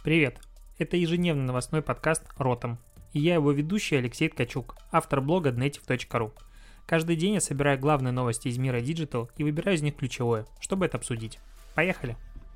Привет! Это ежедневный новостной подкаст «Ротом». И я его ведущий Алексей Ткачук, автор блога dnetiv.ru. Каждый день я собираю главные новости из мира Digital и выбираю из них ключевое, чтобы это обсудить. Поехали!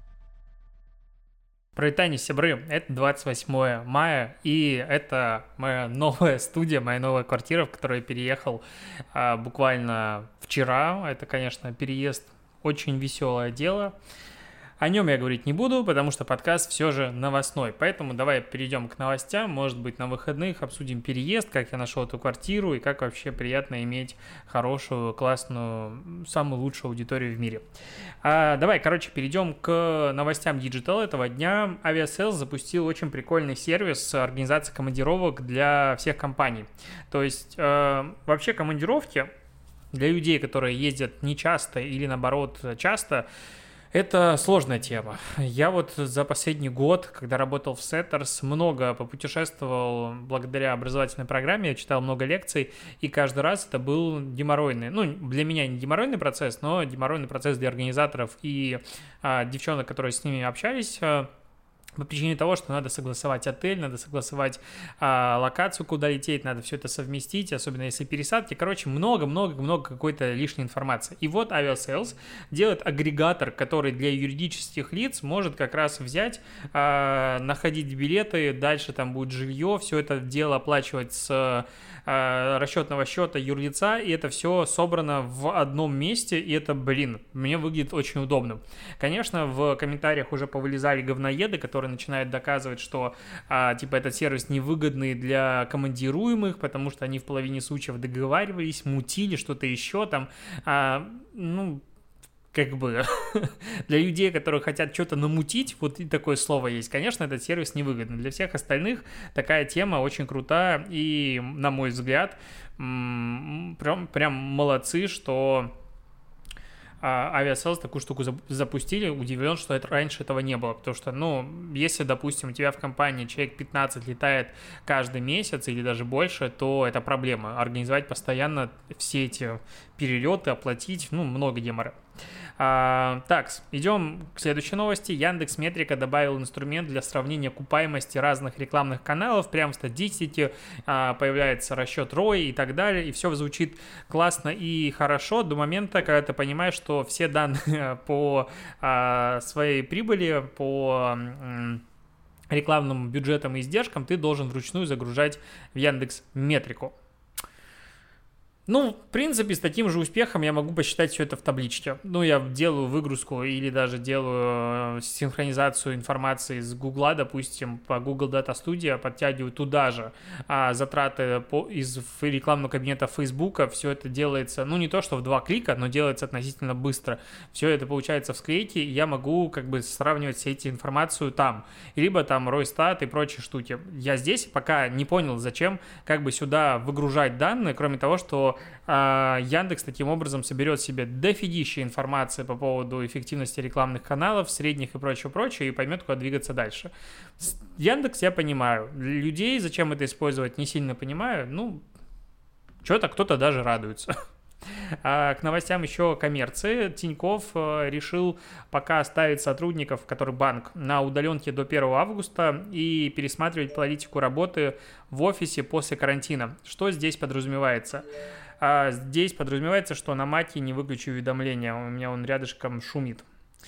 Привет, сябры! Это 28 мая, и это моя новая студия, моя новая квартира, в которую я переехал буквально вчера. Это, конечно, переезд очень веселое дело. О нем я говорить не буду, потому что подкаст все же новостной. Поэтому давай перейдем к новостям. Может быть, на выходных обсудим переезд, как я нашел эту квартиру и как вообще приятно иметь хорошую, классную, самую лучшую аудиторию в мире. Давай, перейдем к новостям Digital этого дня. Aviasales запустил очень прикольный сервис организации командировок для всех компаний. То есть, вообще командировки для людей, которые ездят нечасто или, наоборот, часто, это сложная тема. Я вот за последний год, когда работал в Setters, много попутешествовал благодаря образовательной программе, я читал много лекций, и каждый раз это был геморройный, для меня не геморройный процесс, но геморройный процесс для организаторов и девчонок, которые с ними общались, по причине того, что надо согласовать отель, надо согласовать локацию, куда лететь, надо все это совместить, особенно если пересадки. Много какой-то лишней информации. И вот Aviasales делает агрегатор, который для юридических лиц может как раз взять, находить билеты, дальше там будет жилье, все это дело оплачивать с расчетного счета юрлица, и это все собрано в одном месте, и это, мне выглядит очень удобно. Конечно, в комментариях уже повылезали говноеды, которые начинают доказывать, что этот сервис невыгодный для командируемых, потому что они в половине случаев договаривались, мутили что-то еще там, для людей, которые хотят что-то намутить, вот и такое слово есть, конечно, этот сервис невыгодный. Для всех остальных такая тема очень крутая, и, на мой взгляд, прям молодцы, что Aviasales такую штуку запустили. Удивлен, что раньше этого не было, потому что, если, допустим, у тебя в компании человек 15 летает каждый месяц или даже больше, то это проблема. Организовать постоянно все эти перелеты, оплатить, много гемора. Так, идем к следующей новости. Яндекс.Метрика добавил инструмент для сравнения окупаемости разных рекламных каналов. Прямо в статистике появляется расчет ROI и так далее. И все звучит классно и хорошо до момента, когда ты понимаешь, что все данные по своей прибыли, по рекламным бюджетам и издержкам ты должен вручную загружать в Яндекс.Метрику. В принципе, с таким же успехом я могу посчитать все это в табличке. Я делаю выгрузку или даже делаю синхронизацию информации с Гугла, допустим, по Google Data Studio, подтягиваю туда же затраты из рекламного кабинета Фейсбука. Все это делается, не то что в 2 клика, но делается относительно быстро. Все это получается в склейке, и я могу сравнивать все эти информацию там. Либо там Ройстат и прочие штуки. Я здесь пока не понял, зачем сюда выгружать данные, кроме того, что Яндекс таким образом соберет себе дофигища информации по поводу эффективности рекламных каналов, средних и прочее, и поймет, куда двигаться дальше. Яндекс я понимаю. Людей, зачем это использовать, не сильно понимаю. Что-то кто-то даже радуется. К новостям еще коммерции. Тинькофф решил пока оставить сотрудников, который банк, на удаленке до 1 августа и пересматривать политику работы в офисе после карантина. Что здесь подразумевается? Здесь подразумевается, что на Маке не выключу уведомления. У меня он рядышком шумит.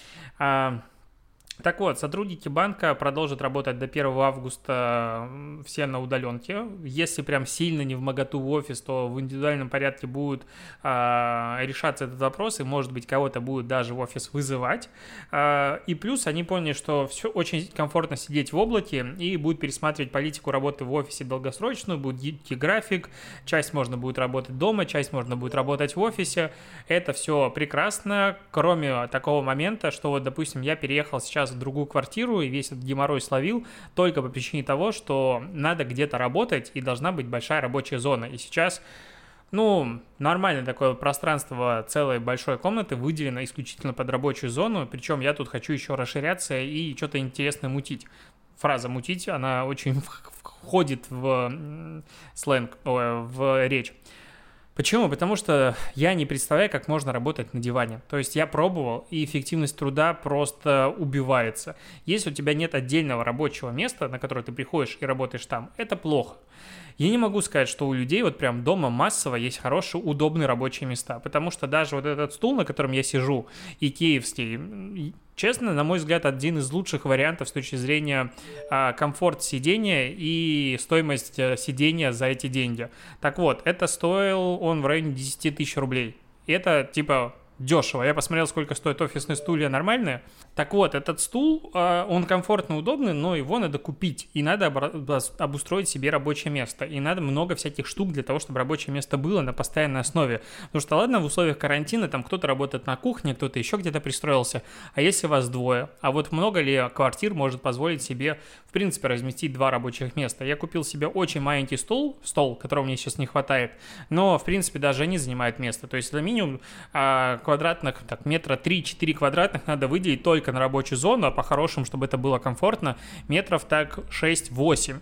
Так вот, сотрудники банка продолжат работать до 1 августа все на удаленке. Если прям сильно не вмоготу в офис, то в индивидуальном порядке будет решаться этот вопрос, и, может быть, кого-то будет даже в офис вызывать. И плюс они поняли, что все очень комфортно сидеть в облаке, и будут пересматривать политику работы в офисе долгосрочную, будет гибкий график, часть можно будет работать дома, часть можно будет работать в офисе. Это все прекрасно, кроме такого момента, что вот, допустим, я переехал сейчас в другую квартиру и весь этот геморрой словил только по причине того, что надо где-то работать и должна быть большая рабочая зона. И сейчас, нормальное такое пространство целой большой комнаты выделено исключительно под рабочую зону, причем я тут хочу еще расширяться и что-то интересное мутить. Фраза «мутить», она очень входит в сленг, в речь. Почему? Потому что я не представляю, как можно работать на диване. То есть я пробовал, и эффективность труда просто убивается. Если у тебя нет отдельного рабочего места, на которое ты приходишь и работаешь там, это плохо. Я не могу сказать, что у людей вот прям дома массово есть хорошие, удобные рабочие места, потому что даже вот этот стул, на котором я сижу, икеевский, честно, на мой взгляд, один из лучших вариантов с точки зрения комфорт сидения и стоимость сидения за эти деньги. Так вот, это стоил он в районе 10 тысяч рублей. И это типа дешево. Я посмотрел, сколько стоят офисные стулья нормальные. Так вот, этот стул, он комфортно, удобный, но его надо купить. И надо обустроить себе рабочее место. И надо много всяких штук для того, чтобы рабочее место было на постоянной основе. Потому что, ладно, в условиях карантина там кто-то работает на кухне, кто-то еще где-то пристроился. А если вас двое? А вот много ли квартир может позволить себе, в принципе, разместить два рабочих места? Я купил себе очень маленький стол, которого мне сейчас не хватает. Но, в принципе, даже они занимают место. То есть, это минимум квадратных, так, метра 3-4 квадратных надо выделить только на рабочую зону, а по-хорошему, чтобы это было комфортно, метров так 6-8.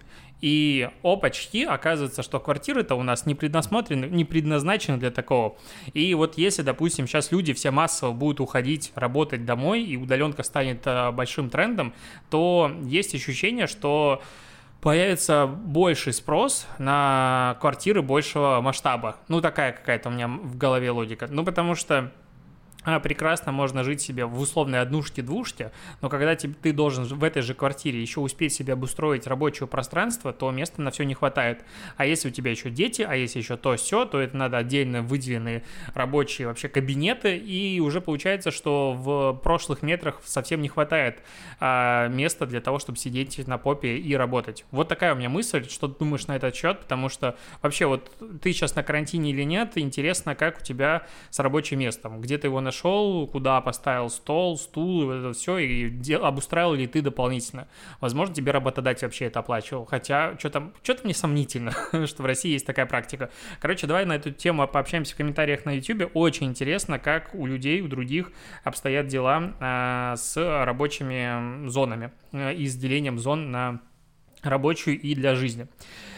И опачки, оказывается, что квартиры-то у нас не предназначены для такого. И вот если, допустим, сейчас люди все массово будут уходить работать домой, и удаленка станет большим трендом, то есть ощущение, что появится больший спрос на квартиры большего масштаба. Ну, такая какая-то у меня в голове логика. Ну, потому что прекрасно можно жить себе в условной однушке-двушке, но когда ты должен в этой же квартире еще успеть себе обустроить рабочее пространство, то места на все не хватает. А если у тебя еще дети, а если еще то-сё, то это надо отдельно выделенные рабочие вообще кабинеты, и уже получается, что в прошлых метрах совсем не хватает места для того, чтобы сидеть на попе и работать. Вот такая у меня мысль, что ты думаешь на этот счет, потому что вообще вот ты сейчас на карантине или нет, интересно, как у тебя с рабочим местом, где ты его нашел, куда поставил стол, стул, это все, и обустраивал ли ты дополнительно. Возможно, тебе работодатель вообще это оплачивал, хотя что-то мне сомнительно, что в России есть такая практика. Короче, давай на эту тему пообщаемся в комментариях на YouTube. Очень интересно, как у людей, у других обстоят дела с рабочими зонами и с делением зон на рабочую и для жизни.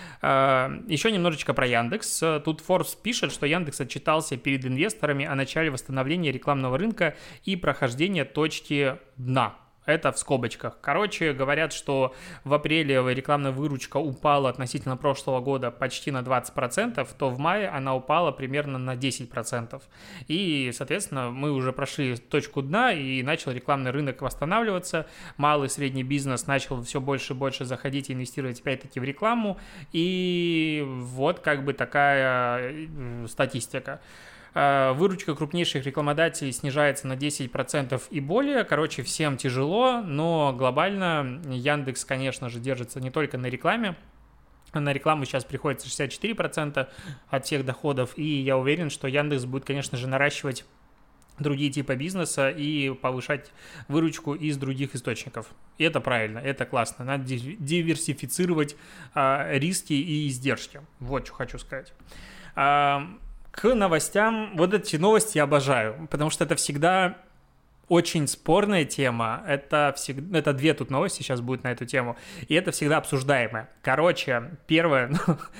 Еще немножечко про Яндекс. Тут Forbes пишет, что Яндекс отчитался перед инвесторами о начале восстановления рекламного рынка и прохождения точки дна. Это в скобочках. Короче, говорят, что в апреле рекламная выручка упала относительно прошлого года почти на 20%, то в мае она упала примерно на 10%. И, соответственно, мы уже прошли точку дна, и начал рекламный рынок восстанавливаться. Малый и средний бизнес начал все больше и больше заходить и инвестировать опять-таки в рекламу. И вот как бы такая статистика. Выручка крупнейших рекламодателей снижается на 10% и более. Короче, всем тяжело, но глобально Яндекс, конечно же, держится не только на рекламе. На рекламу сейчас приходится 64% от всех доходов, и я уверен, что Яндекс будет, конечно же, наращивать другие типы бизнеса и повышать выручку из других источников. И это правильно, это классно. Надо диверсифицировать риски и издержки. Вот что хочу сказать. К новостям, вот эти новости я обожаю, потому что это всегда очень спорная тема, это две тут новости сейчас будут на эту тему, и это всегда обсуждаемое. Короче, первое,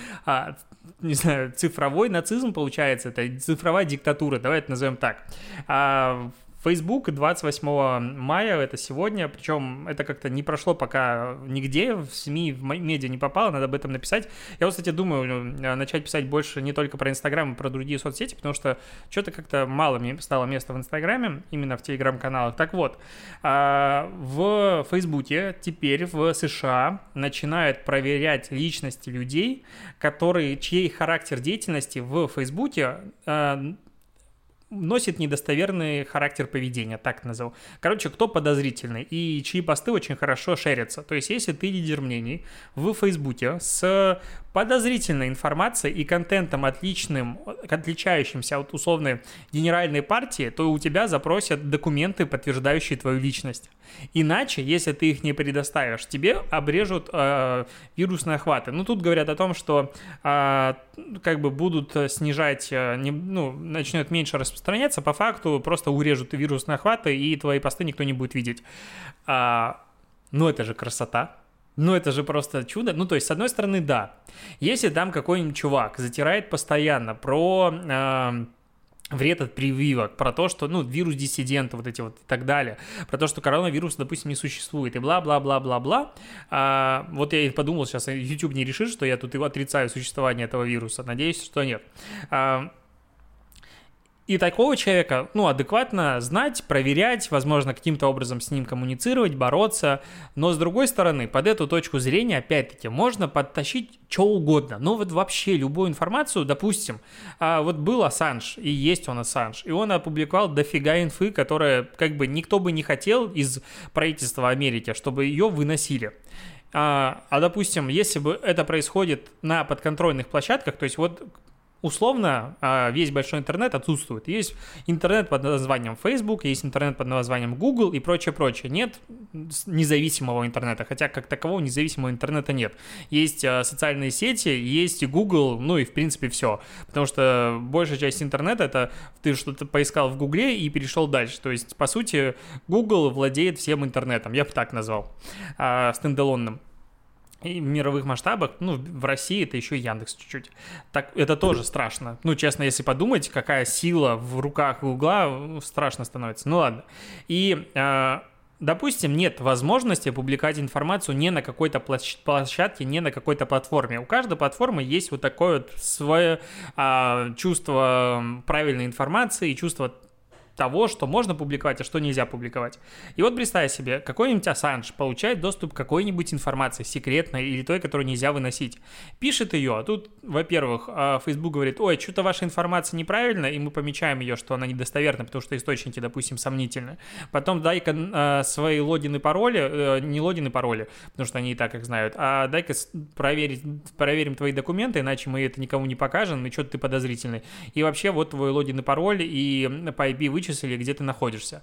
не знаю, цифровой нацизм получается, это цифровая диктатура, давай это назовем так. Facebook 28 мая, это сегодня, причем это как-то не прошло пока нигде, в СМИ, в медиа не попало, надо об этом написать. Я вот, кстати, думаю начать писать больше не только про Инстаграм, а про другие соцсети, потому что что-то как-то мало мне стало места в Инстаграме, именно в Телеграм-каналах. Так вот, в Фейсбуке теперь в США начинают проверять личности людей, чей характер деятельности в Фейсбуке носит недостоверный характер поведения, так назову. Короче, кто подозрительный и чьи посты очень хорошо шерятся. То есть, если ты лидер мнений в Фейсбуке с подозрительной информацией и контентом отличающимся от условной генеральной партии, то у тебя запросят документы, подтверждающие твою личность. Иначе, если ты их не предоставишь, тебе обрежут вирусные охваты. Ну, тут говорят о том, что как бы будут снижать, начнет меньше распространяться, по факту просто урежут вирусные охваты, и твои посты никто не будет видеть. Ну, это же красота. Ну, это же просто чудо. Ну, то есть, с одной стороны, да. Если там какой-нибудь чувак затирает постоянно про вред от прививок, про то, что, ну, вирус диссидента, вот эти вот и так далее, про то, что коронавирус, допустим, не существует, и бла-бла-бла-бла-бла. Вот я и подумал, сейчас YouTube не решит, что я тут его отрицаю существование этого вируса. Надеюсь, что нет. И такого человека, ну, адекватно знать, проверять, возможно, каким-то образом с ним коммуницировать, бороться. Но, с другой стороны, под эту точку зрения, опять-таки, можно подтащить что угодно. Ну, вот вообще любую информацию, допустим, вот был Ассанж, и есть он Ассанж, и он опубликовал дофига инфы, которая, как бы, никто бы не хотел из правительства Америки, чтобы ее выносили. Допустим, если бы это происходит на подконтрольных площадках, то есть вот условно, весь большой интернет отсутствует. Есть интернет под названием Facebook, есть интернет под названием Google и прочее. Нет независимого интернета, хотя как такового независимого интернета нет. Есть социальные сети, есть Google, ну и в принципе все. Потому что большая часть интернета — это ты что-то поискал в Гугле и перешел дальше. То есть, по сути, Google владеет всем интернетом, я бы так назвал, стендалонным. И в мировых масштабах, ну, в России это еще Яндекс чуть-чуть. Так, это тоже страшно. Ну, честно, если подумать, какая сила в руках Гугла, страшно становится. Ну, ладно. И, допустим, нет возможности публиковать информацию не на какой-то площадке, не на какой-то платформе. У каждой платформы есть вот такое вот свое чувство правильной информации, чувство того, что можно публиковать, а что нельзя публиковать. И вот представь себе, какой-нибудь Ассанж получает доступ к какой-нибудь информации, секретной или той, которую нельзя выносить. Пишет ее, а тут, во-первых, Facebook говорит: ой, что-то ваша информация неправильная, и мы помечаем ее, что она недостоверна, потому что источники, допустим, сомнительны. Потом дай-ка свои логины, пароли, не логины, пароли, потому что они и так их знают, а дай-ка проверим твои документы, иначе мы это никому не покажем, и что-то ты подозрительный. И вообще вот твой логин и пароль, и по IP вычислили, где ты находишься.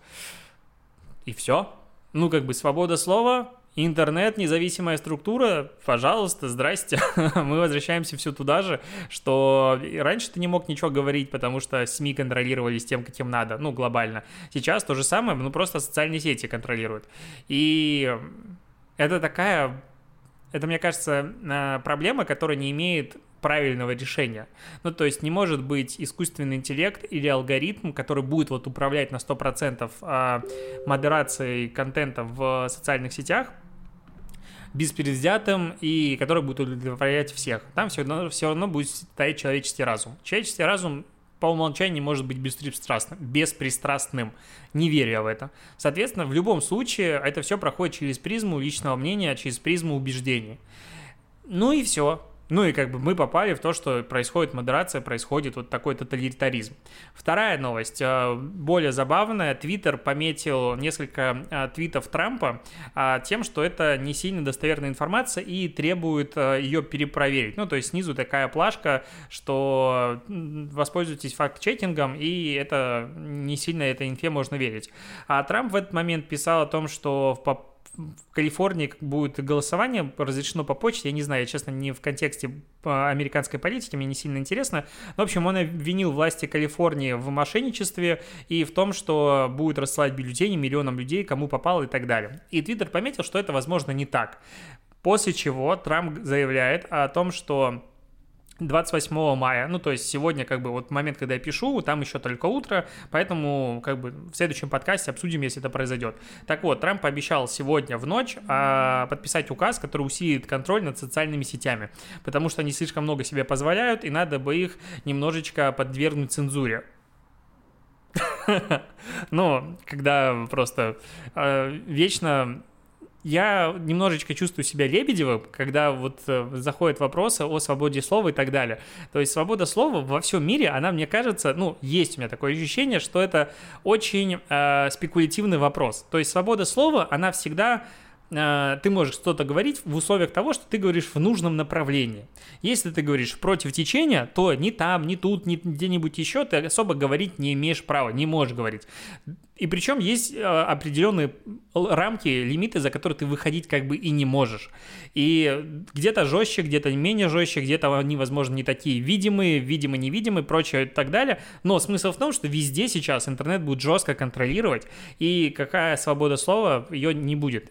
И все. Ну, как бы свобода слова, интернет, независимая структура, пожалуйста, здрасте. Мы возвращаемся все туда же, что раньше ты не мог ничего говорить, потому что СМИ контролировались тем, каким надо, ну, глобально. Сейчас то же самое, ну, просто социальные сети контролируют. И это такая, это, мне кажется, проблема, которая не имеет правильного решения. Ну, то есть не может быть искусственный интеллект или алгоритм, который будет вот управлять на 100% модерацией контента в социальных сетях, беспредвзятым, и который будет удовлетворять всех. Там все равно будет стоять человеческий разум. Человеческий разум по умолчанию может быть беспристрастным. Не верю я в это. Соответственно, в любом случае это все проходит через призму личного мнения, через призму убеждений. Ну и все. Ну и как бы мы попали в то, что происходит модерация, происходит вот такой тоталитаризм. Вторая новость, более забавная. Твиттер пометил несколько твитов Трампа тем, что это не сильно достоверная информация и требует ее перепроверить. Ну, то есть снизу такая плашка, что воспользуйтесь факт-чекингом, и это не сильно этой инфе можно верить. А Трамп в этот момент писал о том, что в Калифорнии будет голосование, разрешено по почте, я не знаю, я, честно, не в контексте американской политики, мне не сильно интересно, но, в общем, он обвинил власти Калифорнии в мошенничестве и в том, что будет рассылать бюллетени миллионам людей, кому попало и так далее. И Твиттер пометил, что это, возможно, не так. После чего Трамп заявляет о том, что 28 мая, ну, то есть сегодня, как бы, вот момент, когда я пишу, там еще только утро, поэтому, как бы, в следующем подкасте обсудим, если это произойдет. Так вот, Трамп пообещал сегодня в ночь подписать указ, который усилит контроль над социальными сетями, потому что они слишком много себе позволяют, и надо бы их немножечко подвергнуть цензуре. Ну, когда просто вечно... Я немножечко чувствую себя Лебедевым, когда вот заходят вопросы о свободе слова и так далее. То есть свобода слова во всем мире, она, мне кажется, ну, есть у меня такое ощущение, что это очень спекулятивный вопрос. То есть свобода слова, она всегда... Ты можешь что-то говорить в условиях того, что ты говоришь в нужном направлении. Если ты говоришь против течения, то ни там, ни тут, ни где-нибудь еще ты особо говорить не имеешь права, не можешь говорить. И причем есть определенные рамки, лимиты, за которые ты выходить как бы и не можешь. И где-то жестче, где-то менее жестче, где-то они, возможно, не такие видимые, невидимые, прочее и так далее. Но смысл в том, что везде сейчас интернет будет жестко контролировать, и какая свобода слова, ее не будет. Вот интересно,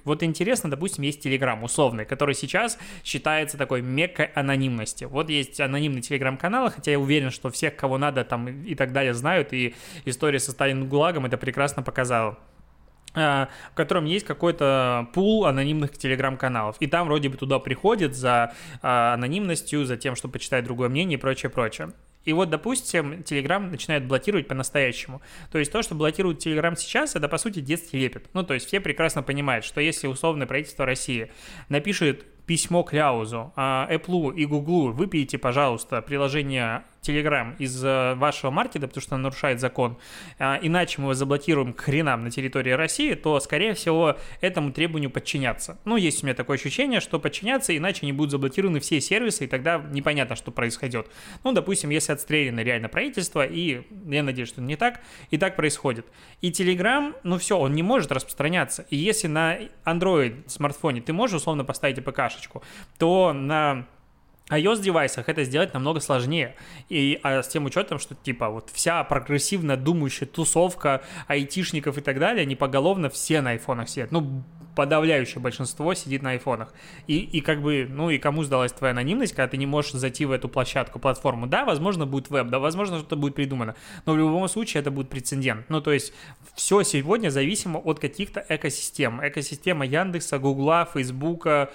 интересно, допустим, есть Telegram условный, который сейчас считается такой меккой анонимности. Вот есть анонимный Telegram-канал, хотя я уверен, что всех, кого надо там и так далее, знают, и история со Сталиным ГУЛАГом это прекрасно показала, в котором есть какой-то пул анонимных телеграм-каналов. И там вроде бы туда приходят за анонимностью, за тем, чтобы почитать другое мнение и прочее, прочее. И вот, допустим, Telegram начинает блокировать по-настоящему. То есть то, что блокирует Telegram сейчас, это, по сути, детский лепет. Ну, то есть все прекрасно понимают, что если условное правительство России напишет письмо Кляузу, Apple и Google, выпейте, пожалуйста, приложение Telegram из вашего маркета, потому что оно нарушает закон, иначе мы его заблокируем к хренам на территории России, то, скорее всего, этому требованию подчиняться. Ну, есть у меня такое ощущение, что подчиняться, иначе они будут заблокированы все сервисы, и тогда непонятно, что происходит. Ну, допустим, если отстреляно реально правительство, и я надеюсь, что не так, и так происходит. И Telegram, ну все, он не может распространяться. И если на Android смартфоне ты можешь условно поставить АПК-шечку, то на iOS-девайсах это сделать намного сложнее. И с тем учетом, что типа вот вся прогрессивно думающая тусовка айтишников и так далее, они поголовно все на айфонах сидят. Ну, подавляющее большинство сидит на айфонах. И как бы, ну и кому сдалась твоя анонимность, когда ты не можешь зайти в эту площадку, платформу. Да, возможно, будет веб, да, возможно, что-то будет придумано, но в любом случае это будет прецедент. Ну, то есть все сегодня зависимо от каких-то экосистем. Экосистема Яндекса, Гугла, Фейсбука,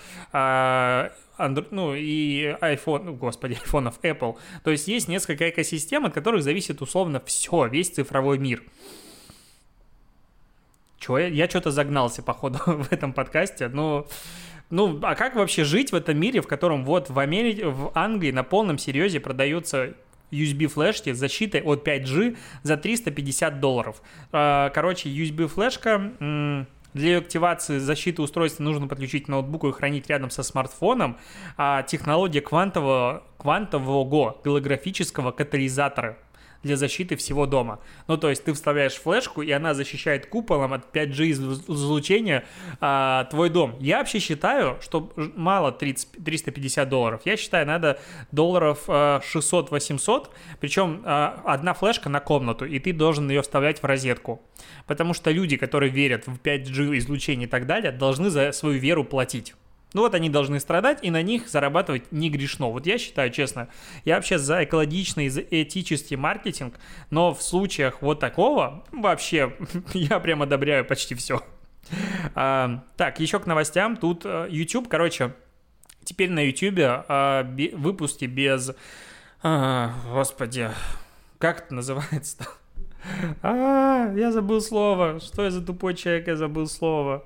ну и iPhone, ну, господи, айфонов Apple. То есть есть несколько экосистем, от которых зависит условно все, весь цифровой мир. Я что-то загнался, походу, в этом подкасте. Ну, а как вообще жить в этом мире, в котором вот в Америке, в Англии на полном серьезе продаются USB-флешки с защитой от 5G за $350. Короче, USB-флешка... Для ее активации защиты устройства нужно подключить к ноутбуку и хранить рядом со смартфоном. Технология квантового голографического катализатора для защиты всего дома. Ну, то есть ты вставляешь флешку, и она защищает куполом от 5G излучения твой дом. Я вообще считаю, что мало $350. Я считаю, надо $600-800, причем одна флешка на комнату, и ты должен ее вставлять в розетку. Потому что люди, которые верят в 5G излучение и так далее, должны за свою веру платить. Ну вот они должны страдать, и на них зарабатывать не грешно. Вот я считаю, честно, я вообще за экологичный, за этический маркетинг, но в случаях вот такого вообще я прям одобряю почти все. Так, еще к новостям. Тут YouTube, короче, теперь на YouTube выпуски без... Господи, как это называется-то? Я забыл слово. Что я за тупой человек, я забыл слово.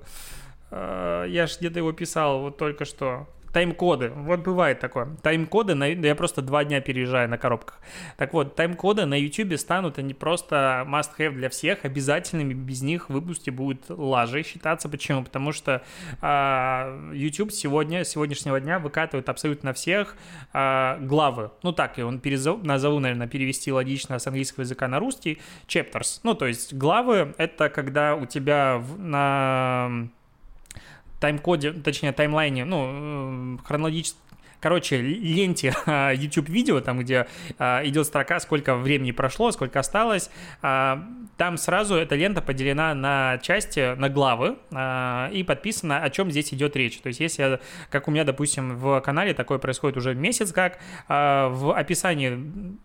Я ж где-то его писал вот только что. Тайм-коды. Вот бывает такое. Тайм-коды, я просто 2 дня переезжаю на коробках. Так вот, тайм-коды на YouTube станут, они просто must-have для всех, обязательными, без них выпуски будут лажей считаться. Почему? Потому что YouTube с сегодняшнего дня выкатывает абсолютно всех главы. Ну так, и он назову, наверное, перевести логично с английского языка на русский. Chapters. Ну, то есть главы — это когда у тебя на... тайм-коде, точнее, таймлайне, ну, хронологически, короче, ленте YouTube-видео, там, где идет строка, сколько времени прошло, сколько осталось, там сразу эта лента поделена на части, на главы, и подписано, о чем здесь идет речь. То есть, если, как у меня, допустим, в канале такое происходит уже месяц, как в описании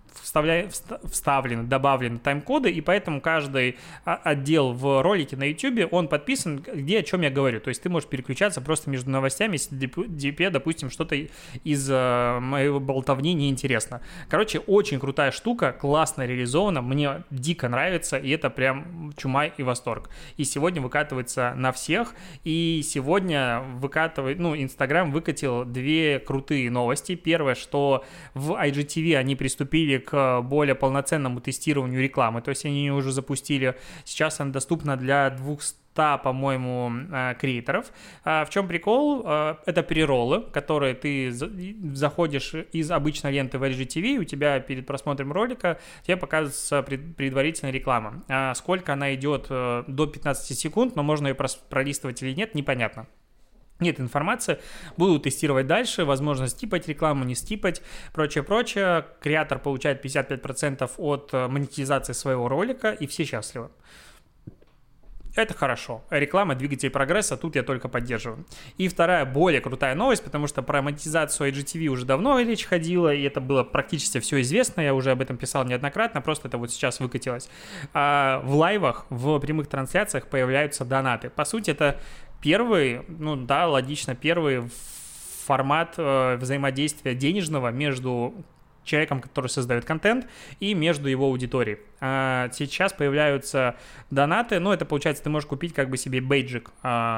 добавлены тайм-коды, и поэтому каждый отдел в ролике на YouTube, он подписан, где о чем я говорю. То есть ты можешь переключаться просто между новостями, если тебе, допустим, что-то из моего болтовни неинтересно. Короче, очень крутая штука, классно реализована, мне дико нравится, и это прям чума и восторг. И сегодня выкатывается на всех, и сегодня Instagram выкатил 2 крутые новости. Первое, что в IGTV они приступили к более полноценному тестированию рекламы, то есть они ее уже запустили, сейчас она доступна для 200, по-моему, креаторов. В чем прикол? Это прероллы, которые ты заходишь из обычной ленты в IGTV, и у тебя перед просмотром ролика тебе показывается предварительная реклама. Сколько она идет до 15 секунд, но можно ее пролистывать или нет, непонятно. Нет информации, буду тестировать дальше, возможно скипать рекламу, не скипать, прочее. Креатор получает 55% от монетизации своего ролика, и все счастливы. Это хорошо. Реклама — двигатель прогресса, тут я только поддерживаю. И вторая, более крутая новость, потому что про монетизацию IGTV уже давно речь ходила, и это было практически все известно, я уже об этом писал неоднократно, просто это вот сейчас выкатилось. В лайвах, в прямых трансляциях появляются донаты. По сути, это первый, ну да, логично, первый формат взаимодействия денежного между человеком, который создает контент, и между его аудиторией. Сейчас появляются донаты, ну, это получается, ты можешь купить как бы себе бейджик.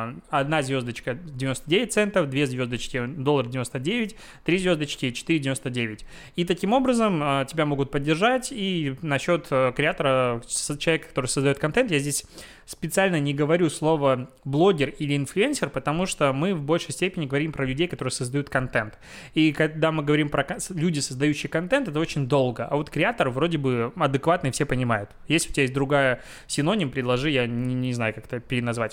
1 звездочка 99 центов, 2 звездочки $1.99, 3 звездочки $4.99. И таким образом тебя могут поддержать, и насчет креатора, человека, который создает контент, я здесь специально не говорю слово блогер или инфлюенсер, потому что мы в большей степени говорим про людей, которые создают контент. И когда мы говорим про люди, создающие контент, это очень долго. А вот креатор вроде бы адекватный, все понимают. Если у тебя есть другая синоним, предложи, я не знаю, как это переназвать.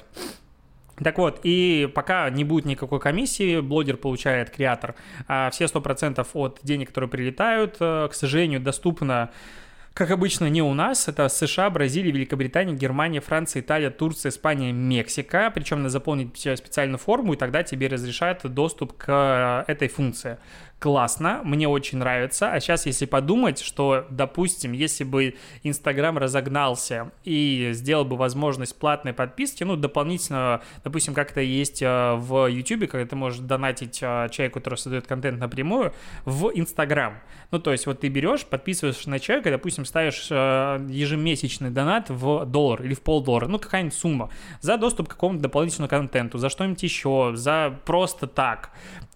Так вот, и пока не будет никакой комиссии, блогер получает, креатор, все 100% от денег, которые прилетают, к сожалению, доступно, как обычно, не у нас. Это США, Бразилия, Великобритания, Германия, Франция, Италия, Турция, Испания, Мексика. Причем надо заполнить специальную форму, и тогда тебе разрешают доступ к этой функции. Классно, мне очень нравится. А сейчас, если подумать, что, допустим, если бы Инстаграм разогнался и сделал бы возможность платной подписки, ну, дополнительно, допустим, как это есть в Ютубе, когда ты можешь донатить человеку, который создает контент напрямую, в Инстаграм. Ну, то есть вот ты берешь, подписываешься на человека, допустим, ставишь ежемесячный донат в $1 или в $0.50, ну, какая-нибудь сумма, за доступ к какому-то дополнительному контенту, за что-нибудь еще, за просто так,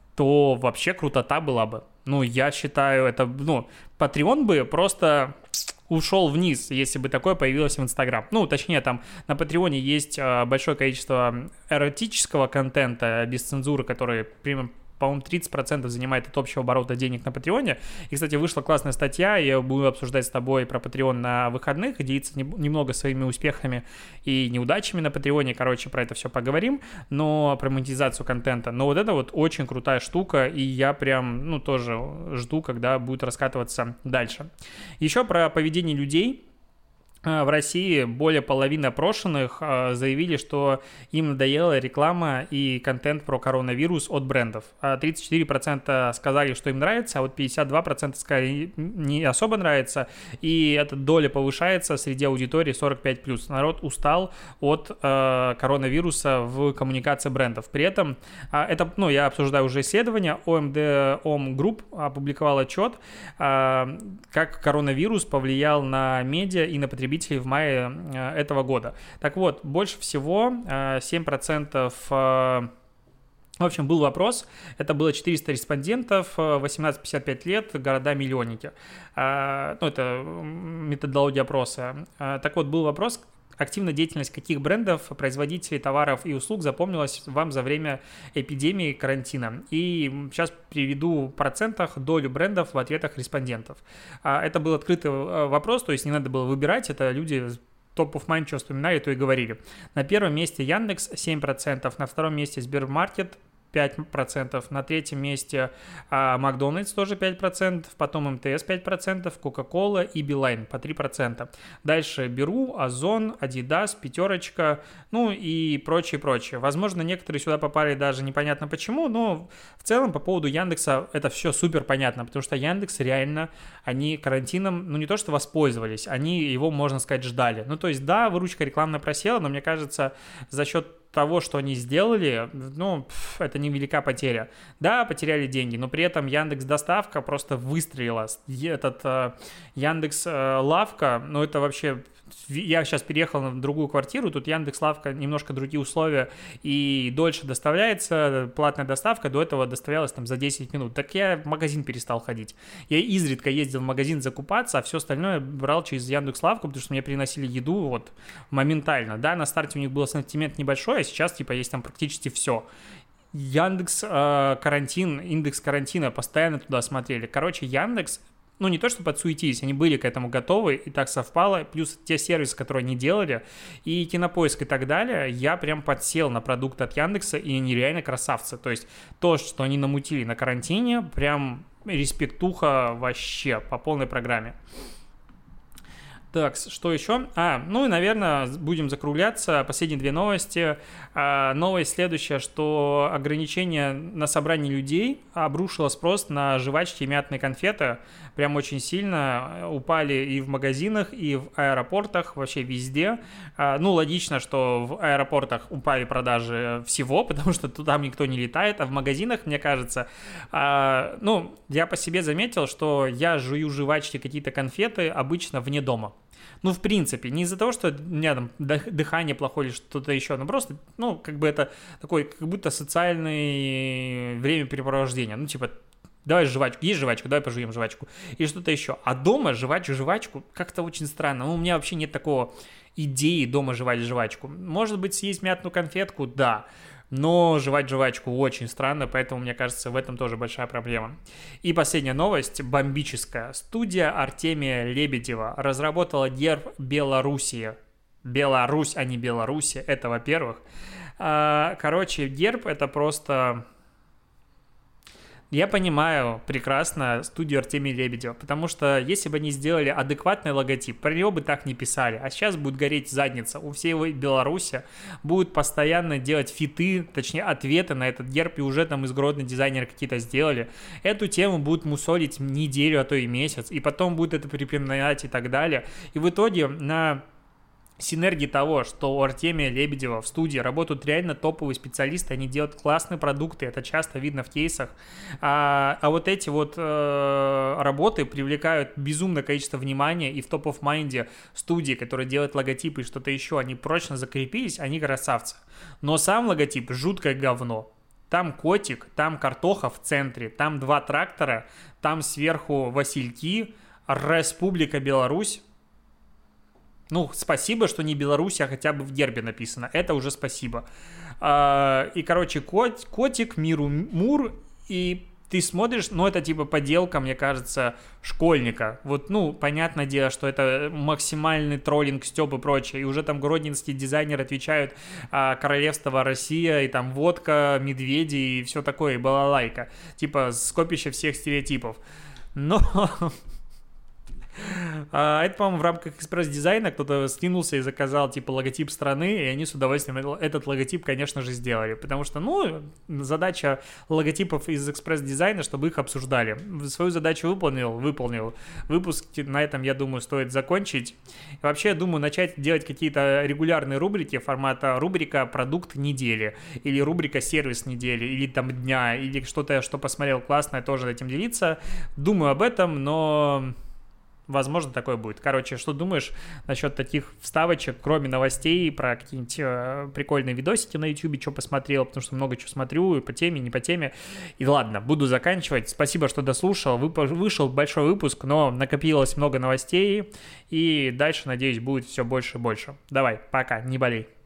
то вообще крутота была бы. Ну, я считаю, это, ну, Patreon бы просто ушел вниз, если бы такое появилось в Инстаграм. Ну, точнее, там на Патреоне есть большое количество эротического контента без цензуры, который, по-моему, 30% занимает от общего оборота денег на Патреоне. И, кстати, вышла классная статья, я буду обсуждать с тобой про Патреон на выходных, делиться немного своими успехами и неудачами на Патреоне, короче, про это все поговорим, но про монетизацию контента. Но вот это вот очень крутая штука, и я прям, ну, тоже жду, когда будет раскатываться дальше. Еще про поведение людей. В России более половины опрошенных заявили, что им надоела реклама и контент про коронавирус от брендов. 34% сказали, что им нравится, а вот 52% сказали, не особо нравится, и эта доля повышается среди аудитории 45+. Народ устал от коронавируса в коммуникации брендов. При этом, это, ну, я обсуждаю уже исследование, OMD Group опубликовал отчет, как коронавирус повлиял на медиа и на потребителей в мае этого года. Так вот, больше всего 7%, в общем, был вопрос, это было 400 респондентов, 18-55 лет, города-миллионники. Ну, это методология опроса. Так вот, был вопрос, активная деятельность каких брендов, производителей товаров и услуг запомнилась вам за время эпидемии карантина. И сейчас приведу в процентах долю брендов в ответах респондентов. Это был открытый вопрос, то есть не надо было выбирать, это люди топ of mind, что вспоминали, то и говорили. На первом месте Яндекс 7%, на втором месте Сбермаркет 5%, на третьем месте Макдональдс тоже 5%, потом МТС 5%, Кока-Кола и Билайн по 3%. Дальше Беру, Озон, Адидас, Пятерочка, ну и прочее. Возможно, некоторые сюда попали даже непонятно почему, но в целом по поводу Яндекса это все супер понятно, потому что Яндекс реально, они карантином, ну не то что воспользовались, они его, можно сказать, ждали. Ну то есть да, выручка рекламная просела, но мне кажется, за счет того, что они сделали, ну, это невелика потеря. Да, потеряли деньги, но при этом Яндекс.Доставка просто выстрелила. Этот Яндекс.Лавка, ну, это вообще... Я сейчас переехал на другую квартиру, тут Яндекс.Лавка, немножко другие условия, и дольше доставляется, платная доставка, до этого доставлялась там за 10 минут. Так я в магазин перестал ходить. Я изредка ездил в магазин закупаться, а все остальное брал через Яндекс.Лавку, потому что мне приносили еду вот моментально. Да, на старте у них был ассортимент небольшой, а сейчас типа есть там практически все. Яндекс карантин, индекс карантина, постоянно туда смотрели. Короче, Яндекс, ну, не то, что подсуетились, они были к этому готовы, и так совпало, плюс те сервисы, которые они делали, и Кинопоиск и так далее, я прям подсел на продукт от Яндекса, и они реально красавцы. То есть то, что они намутили на карантине, прям респектуха вообще по полной программе. Так, что еще? Ну и, наверное, будем закругляться. Последние две новости. Новость следующая, что ограничение на собрание людей обрушило спрос на жвачки и мятные конфеты. Прям очень сильно упали и в магазинах, и в аэропортах, вообще везде. Ну, логично, что в аэропортах упали продажи всего, потому что там никто не летает, а в магазинах, мне кажется, ну, я по себе заметил, что я жую жвачки, какие-то конфеты обычно вне дома. Ну, в принципе, не из-за того, что у меня там дыхание плохое или что-то еще, но просто, ну, как бы это такой, как будто социальное времяпрепровождение. Ну, типа, давай жвачку, есть жвачку, давай пожуем жвачку. И что-то еще. А дома жевать жвачку как-то очень странно. Ну, у меня вообще нет такого идеи дома жевать жвачку. Может быть, съесть мятную конфетку, да. Но жевать жвачку очень странно, поэтому, мне кажется, в этом тоже большая проблема. И последняя новость, бомбическая. Студия Артемия Лебедева разработала герб Белоруссии. Беларусь, а не Белоруссия, это во-первых. Короче, герб это просто... Я понимаю прекрасно студию Артемия Лебедева, потому что если бы они сделали адекватный логотип, про него бы так не писали, а сейчас будет гореть задница. У всей Беларуси будут постоянно делать фиты, точнее ответы на этот герб, и уже там из Гродно дизайнеры какие-то сделали. Эту тему будут мусолить неделю, а то и месяц, и потом будут это припоминать и так далее. И в итоге на... синергии того, что у Артемия Лебедева в студии работают реально топовые специалисты, они делают классные продукты, это часто видно в кейсах, а вот эти вот работы привлекают безумное количество внимания, и в топ-оф-майнде студии, которые делают логотипы и что-то еще, они прочно закрепились, они красавцы. Но сам логотип жуткое говно. Там котик, там картоха в центре, там 2 трактора, там сверху васильки, Республика Беларусь. Ну, спасибо, что не Беларусь, а хотя бы в гербе написано. Это уже спасибо. И, короче, котик, миру мур, и ты смотришь, ну, это типа поделка, мне кажется, школьника. Вот, ну, понятное дело, что это максимальный троллинг, стёб и прочее. И уже там гродненские дизайнеры отвечают: королевство Россия, и там водка, медведи, и все такое, и балалайка. Типа скопище всех стереотипов. Но... Это, по-моему, в рамках экспресс-дизайна кто-то скинулся и заказал, типа, логотип страны, и они с удовольствием этот логотип, конечно же, сделали, потому что, ну, задача логотипов из экспресс-дизайна, чтобы их обсуждали. Свою задачу выполнил. Выпуск на этом, я думаю, стоит закончить. И вообще, я думаю, начать делать какие-то регулярные рубрики формата рубрика «Продукт недели», или рубрика «Сервис недели», или там «Дня», или что-то, что посмотрел классное, тоже этим делиться. Думаю об этом, но... возможно, такое будет. Короче, что думаешь насчет таких вставочек, кроме новостей, про какие-нибудь прикольные видосики на YouTube, что посмотрел, потому что много чего смотрю, и по теме, не по теме. И ладно, буду заканчивать. Спасибо, что дослушал. Вышел большой выпуск, но накопилось много новостей, и дальше, надеюсь, будет все больше и больше. Давай, пока, не болей.